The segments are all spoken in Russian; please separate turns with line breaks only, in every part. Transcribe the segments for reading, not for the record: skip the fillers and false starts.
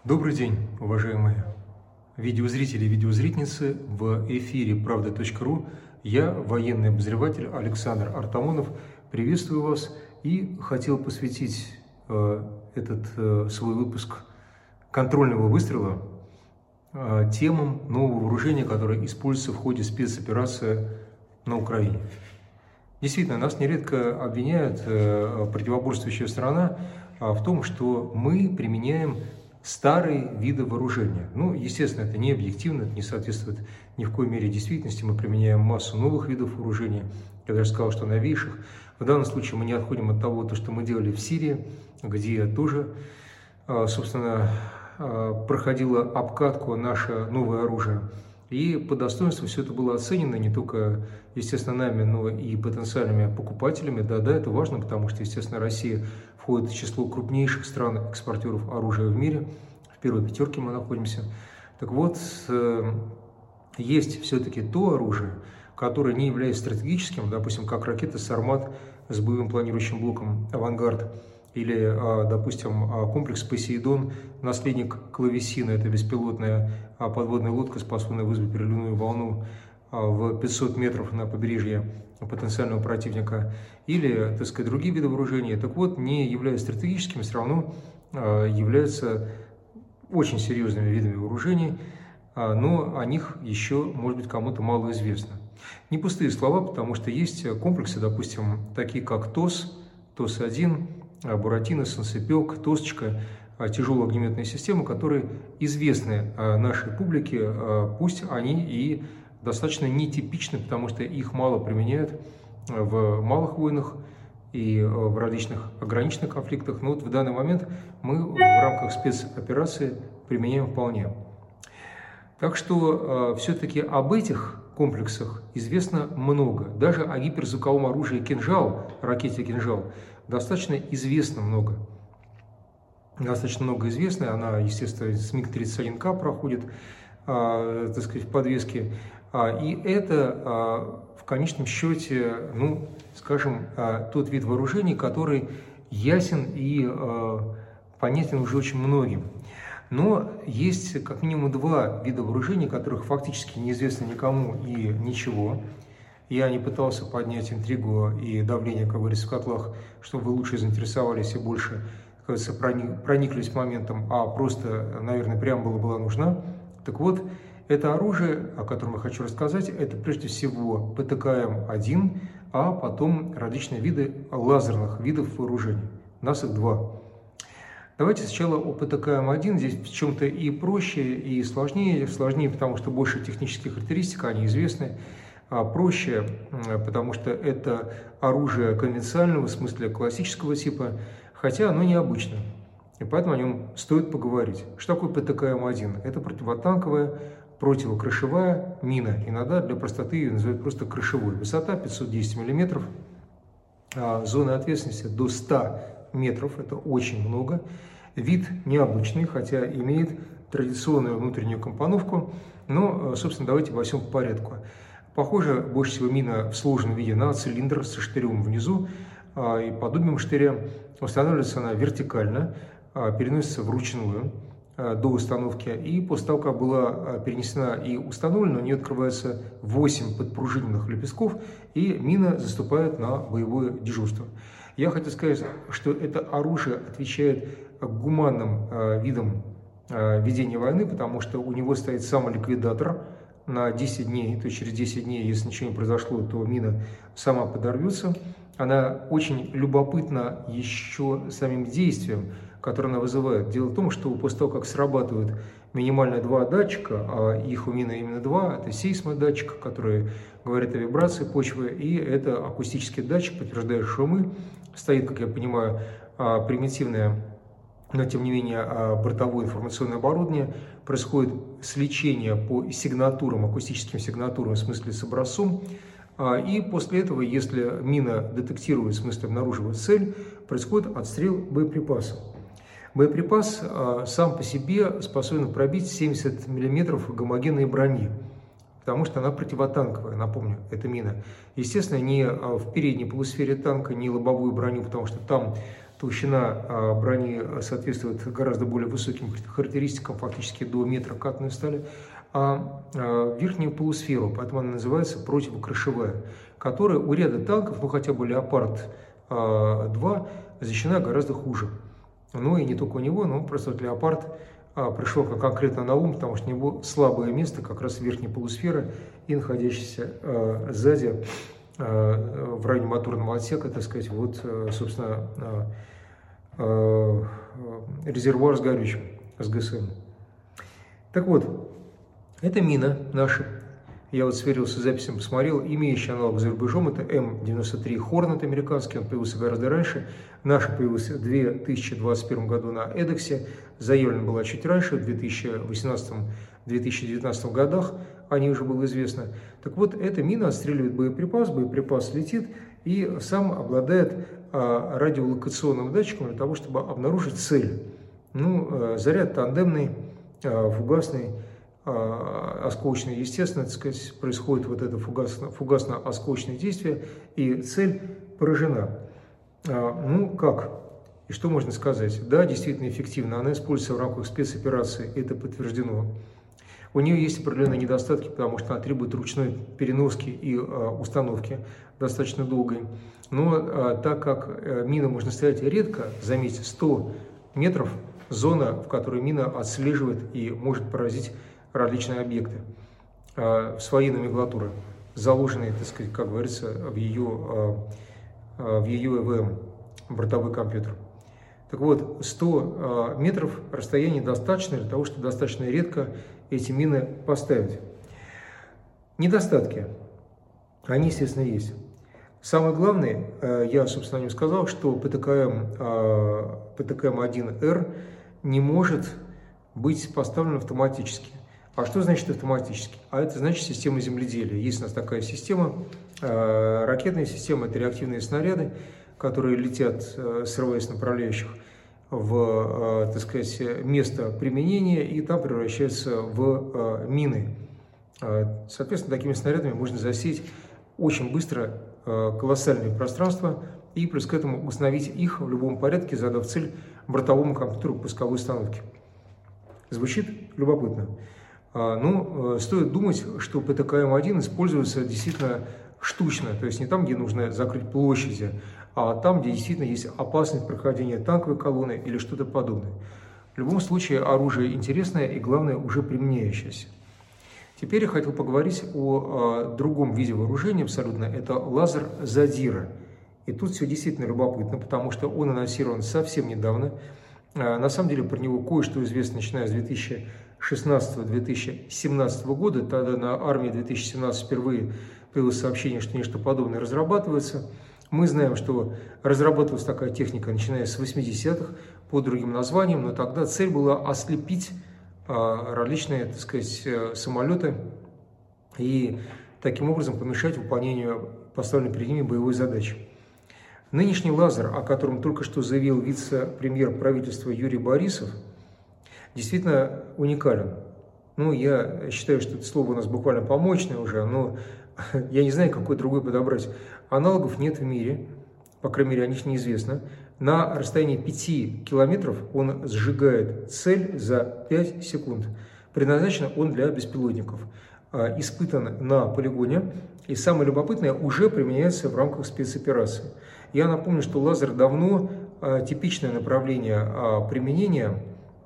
Добрый день, уважаемые видеозрители и видеозрительницы. В эфире правда.ру. Я, военный обозреватель Александр Артамонов, приветствую вас и хотел посвятить этот свой выпуск контрольного выстрела темам нового вооружения, которое используется в ходе спецоперации на Украине. Действительно, нас нередко обвиняют противоборствующая сторона в том, что мы применяем старые виды вооружения. Ну, естественно, это не объективно, это не соответствует ни в коей мере действительности. Мы применяем массу новых видов вооружения. Я даже сказал, что новейших. В данном случае мы не отходим от того, что мы делали в Сирии, где тоже, собственно, проходило обкатку наше новое оружие. И по достоинству все это было оценено не только, естественно, нами, но и потенциальными покупателями. Да, это важно, потому что, естественно, Россия входит в число крупнейших стран-экспортеров оружия в мире. В первой пятерке мы находимся. Так вот, есть все-таки то оружие, которое не является стратегическим, допустим, как ракета «Сармат» с боевым планирующим блоком «Авангард», или, допустим, комплекс «Посейдон», наследник «Клавесина», это беспилотная подводная лодка, способная вызвать переливную волну в 500 метров на побережье потенциального противника, или, так сказать, другие виды вооружения. Так вот, не являясь стратегическими, все равно являются очень серьезными видами вооружений, но о них еще, может быть, кому-то мало известно. Не пустые слова, потому что есть комплексы, допустим, такие как ТОС, ТОС-1, Буратино, Санцепёк, Тосочка, тяжелые огнеметные системы, которые известны нашей публике, пусть они и достаточно нетипичны, потому что их мало применяют в малых войнах и в различных ограниченных конфликтах, но вот в данный момент мы в рамках спецоперации применяем вполне. Так что все-таки об этих комплексах известно много. Даже о гиперзвуковом оружии «Кинжал», ракете «Кинжал», достаточно известно много. Достаточно много известно. Она, естественно, с МиГ-31К проходит, так сказать, в подвеске. И это, в конечном счете, ну, скажем, тот вид вооружений, который ясен и понятен уже очень многим. Но есть как минимум два вида вооружений, которых фактически неизвестно никому и ничего. Я не пытался поднять интригу и давление, как говорится, в котлах, чтобы вы лучше заинтересовались и больше, как говорится, прониклись моментом, а просто, наверное, преамбула была нужна. Так вот, это оружие, о котором я хочу рассказать, это прежде всего ПТКМ-1, а потом различные виды лазерных видов вооружений. У нас их два. Давайте сначала о ПТКМ-1. Здесь в чем-то и проще, и сложнее. Сложнее, потому что больше технических характеристик, они известны. А проще, потому что это оружие конвенционального, в смысле классического типа, хотя оно необычное. И поэтому о нем стоит поговорить. Что такое ПТКМ-1? Это противотанковая, противокрышевая мина. Иногда для простоты ее называют просто крышевой. Высота 510 мм, зона ответственности до 100 метров, это очень много. Вид необычный, хотя имеет традиционную внутреннюю компоновку, но, собственно, давайте во всем по порядку. Похоже, больше всего мина в сложном виде на цилиндр со штырем внизу и подобием штыря. Устанавливается она вертикально, переносится вручную до установки, и после того, как была перенесена и установлена, у нее открывается 8 подпружиненных лепестков, и мина заступает на боевое дежурство. Я хочу сказать, что это оружие отвечает гуманным видам ведения войны, потому что у него стоит самоликвидатор на 10 дней, то есть через 10 дней, если ничего не произошло, то мина сама подорвется. Она очень любопытна еще самим действием, которое она вызывает. Дело в том, что после того, как срабатывают минимально два датчика, а их у мины именно два, это сейсмодатчик, который говорит о вибрации почвы, и это акустический датчик, подтверждающий шумы. Стоит, как я понимаю, примитивное, но тем не менее бортовое информационное оборудование. Происходит сличение по сигнатурам, акустическим сигнатурам, в смысле с образцом. И после этого, если мина детектирует, в смысле обнаруживает цель, происходит отстрел боеприпаса. Боеприпас сам по себе способен пробить 70 мм гомогенной брони, потому что она противотанковая, напомню, эта мина. Естественно, не в передней полусфере танка, не лобовую броню, потому что там толщина брони соответствует гораздо более высоким характеристикам, фактически до метра катанной стали, а верхнюю полусферу, поэтому она называется противокрышевая, которая у ряда танков, ну хотя бы Леопард-2, защищена гораздо хуже. Ну и не только у него, но просто вот Леопард пришел конкретно на ум, потому что у него слабое место, как раз верхняя полусфера и находящаяся сзади в районе моторного отсека, так сказать, вот, собственно, резервуар с горючим, с ГСМ. Так вот, эта мина наша, я вот сверился с записями, посмотрел, имеющий аналог за рубежом, это М93 Хорнет американский, он появился гораздо раньше. Наша появилась в 2021 году на Эдексе, заявлена была чуть раньше, в 2018-2019 годах, о ней уже было известно. Так вот, эта мина отстреливает боеприпас летит и сам обладает радиолокационным датчиком для того, чтобы обнаружить цель. Ну, заряд тандемный, фугасный, осколочный, естественно, так сказать, происходит вот это фугасно-осколочное действие, и цель поражена. Ну, как? И что можно сказать? Да, действительно эффективно, она используется в рамках спецоперации, это подтверждено. У нее есть определенные недостатки, потому что она требует ручной переноски и установки достаточно долгой. Но так как мину можно стрелять редко, заметьте, 100 метров зона, в которой мина отслеживает и может поразить различные объекты своей номенклатуры, заложенные, так сказать, как говорится, в ее ЭВМ, бортовой компьютер. Так вот, 100 метров расстояния достаточно для того, чтобы достаточно редко эти мины поставить. Недостатки, они, естественно, есть. Самое главное, я, собственно, о нем сказал, что ПТКМ-1Р не может быть поставлен автоматически. А что значит автоматически? А это значит система земледелия. Есть у нас такая система, ракетная система, это реактивные снаряды, которые летят, срываясь с направляющих в, так сказать, место применения и там превращаются в мины. Соответственно, такими снарядами можно засеять очень быстро колоссальные пространства и плюс к этому установить их в любом порядке, задав цель бортовому компьютеру пусковой установки. Звучит любопытно. Но стоит думать, что ПТКМ-1 используется действительно штучно, то есть не там, где нужно закрыть площади, а там, где действительно есть опасность прохождения танковой колонны или что-то подобное. В любом случае, оружие интересное и, главное, уже применяющееся. Теперь я хотел поговорить о другом виде вооружения абсолютно, это лазер Задира. И тут все действительно любопытно, потому что он анонсирован совсем недавно. На самом деле про него кое-что известно, начиная с 2016-2017 года. Тогда на армии 2017 впервые появилось сообщение, что нечто подобное разрабатывается. Мы знаем, что разрабатывалась такая техника, начиная с 80-х, под другим названием, но тогда цель была ослепить различные, так сказать, самолеты и таким образом помешать выполнению поставленной перед ними боевой задачи. Нынешний лазер, о котором только что заявил вице-премьер правительства Юрий Борисов, действительно уникален. Ну, я считаю, что это слово у нас буквально помощное уже, но я не знаю, какой другой подобрать. Аналогов нет в мире, по крайней мере, о них неизвестно. На расстоянии 5 километров он сжигает цель за 5 секунд. Предназначен он для беспилотников. Испытан на полигоне. И самое любопытное, уже применяется в рамках спецоперации. Я напомню, что лазер давно типичное направление применения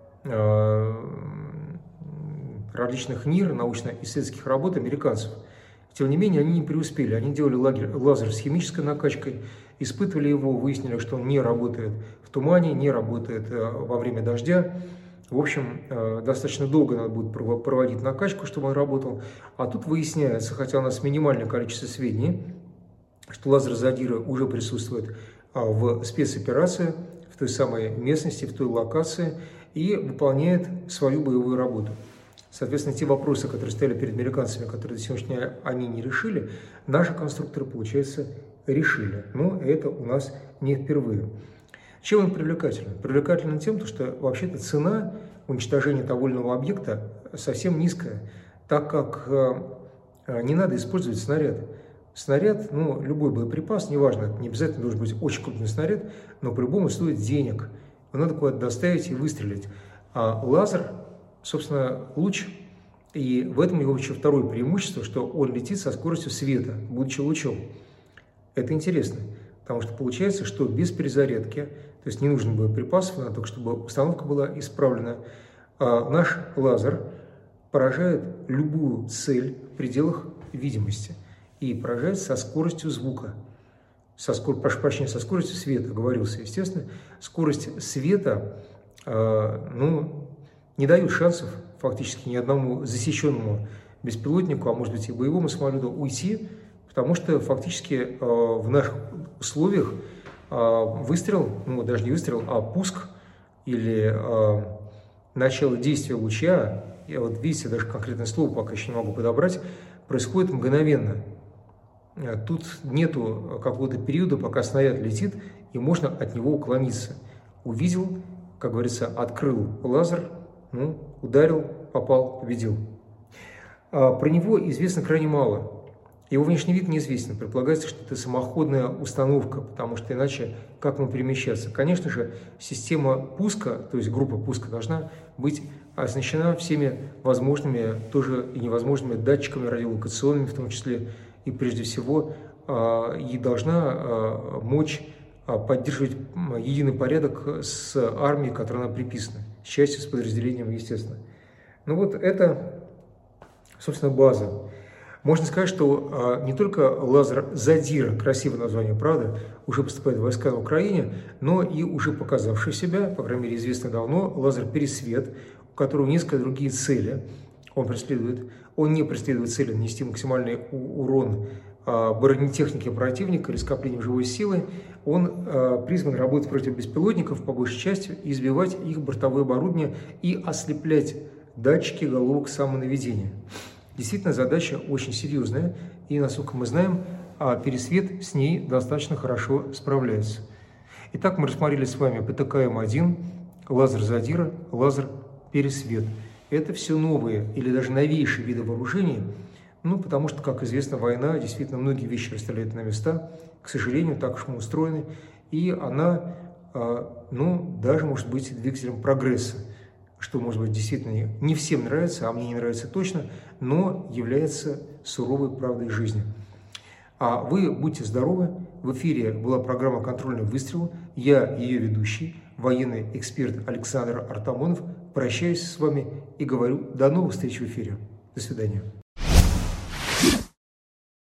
различных НИР, научно-исследовательских работ американцев. Тем не менее, они не преуспели. Они делали лазер с химической накачкой, испытывали его, выяснили, что он не работает в тумане, не работает во время дождя. В общем, достаточно долго надо будет проводить накачку, чтобы он работал. А тут выясняется, хотя у нас минимальное количество сведений, что лазер Задира уже присутствует в спецоперации, в той самой местности, в той локации и выполняет свою боевую работу. Соответственно, те вопросы, которые стояли перед американцами, которые до сегодняшнего дня они не решили, наши конструкторы, получается, решили. Но это у нас не впервые. Чем он привлекателен? Привлекателен тем, что вообще-то цена уничтожения того или иного объекта совсем низкая, так как не надо использовать снаряд. снаряд, ну, любой боеприпас, неважно, это не обязательно должен быть очень крупный снаряд, но по-любому стоит денег. Его надо куда-то доставить и выстрелить. А лазер, собственно, луч, и в этом его еще второе преимущество, что он летит со скоростью света, будучи лучом. Это интересно, потому что получается, что без перезарядки, то есть не нужно боеприпасов, надо только, чтобы установка была исправлена, наш лазер поражает любую цель в пределах видимости и поражает со скоростью звука. Прошу прощения, со скоростью света, оговорился, естественно. Скорость света, не дает шансов фактически ни одному засеченному беспилотнику, а может быть и боевому самолету уйти, потому что фактически в наших условиях выстрел, ну даже не выстрел, а пуск или начало действия луча, я вот видите, даже конкретное слово пока еще не могу подобрать, происходит мгновенно. Тут нету какого-то периода, пока снаряд летит, и можно от него уклониться. Увидел, как говорится, открыл лазер, ударил, попал, победил. Про него известно крайне мало. Его внешний вид неизвестен. Предполагается, что это самоходная установка, потому что иначе как ему перемещаться? Конечно же, система пуска, то есть группа пуска, должна быть оснащена всеми возможными, тоже и невозможными датчиками радиолокационными, в том числе и прежде всего, и должна мочь поддерживать единый порядок с армией, к которой она приписана, с частью, с подразделением, естественно. Ну вот это, собственно, база. Можно сказать, что не только лазер «Задира», красивое название, правда, уже поступает в войска на Украине, но и уже показавший себя, по крайней мере, известно давно, лазер «Пересвет», у которого несколько другие цели он преследует. Он не преследует цели нанести максимальный урон бронетехнике противника или скоплением живой силы. Он призван работать против беспилотников, по большей части, и избивать их бортовое оборудование и ослеплять датчики головок самонаведения. Действительно, задача очень серьезная, и, насколько мы знаем, Пересвет с ней достаточно хорошо справляется. Итак, мы рассмотрели с вами ПТК-М1, лазер «Задира», лазер «Пересвет». Это все новые или даже новейшие виды вооружений, потому что, как известно, война действительно многие вещи расставляет на места. К сожалению, так уж мы устроены, и она, даже может быть двигателем прогресса, что, может быть, действительно не всем нравится, а мне не нравится точно, но является суровой правдой жизни. А вы будьте здоровы. В эфире была программа «Контрольный выстрел». Я ее ведущий, военный эксперт Александр Артамонов. Прощаюсь с вами и говорю до новых встреч в эфире. До свидания.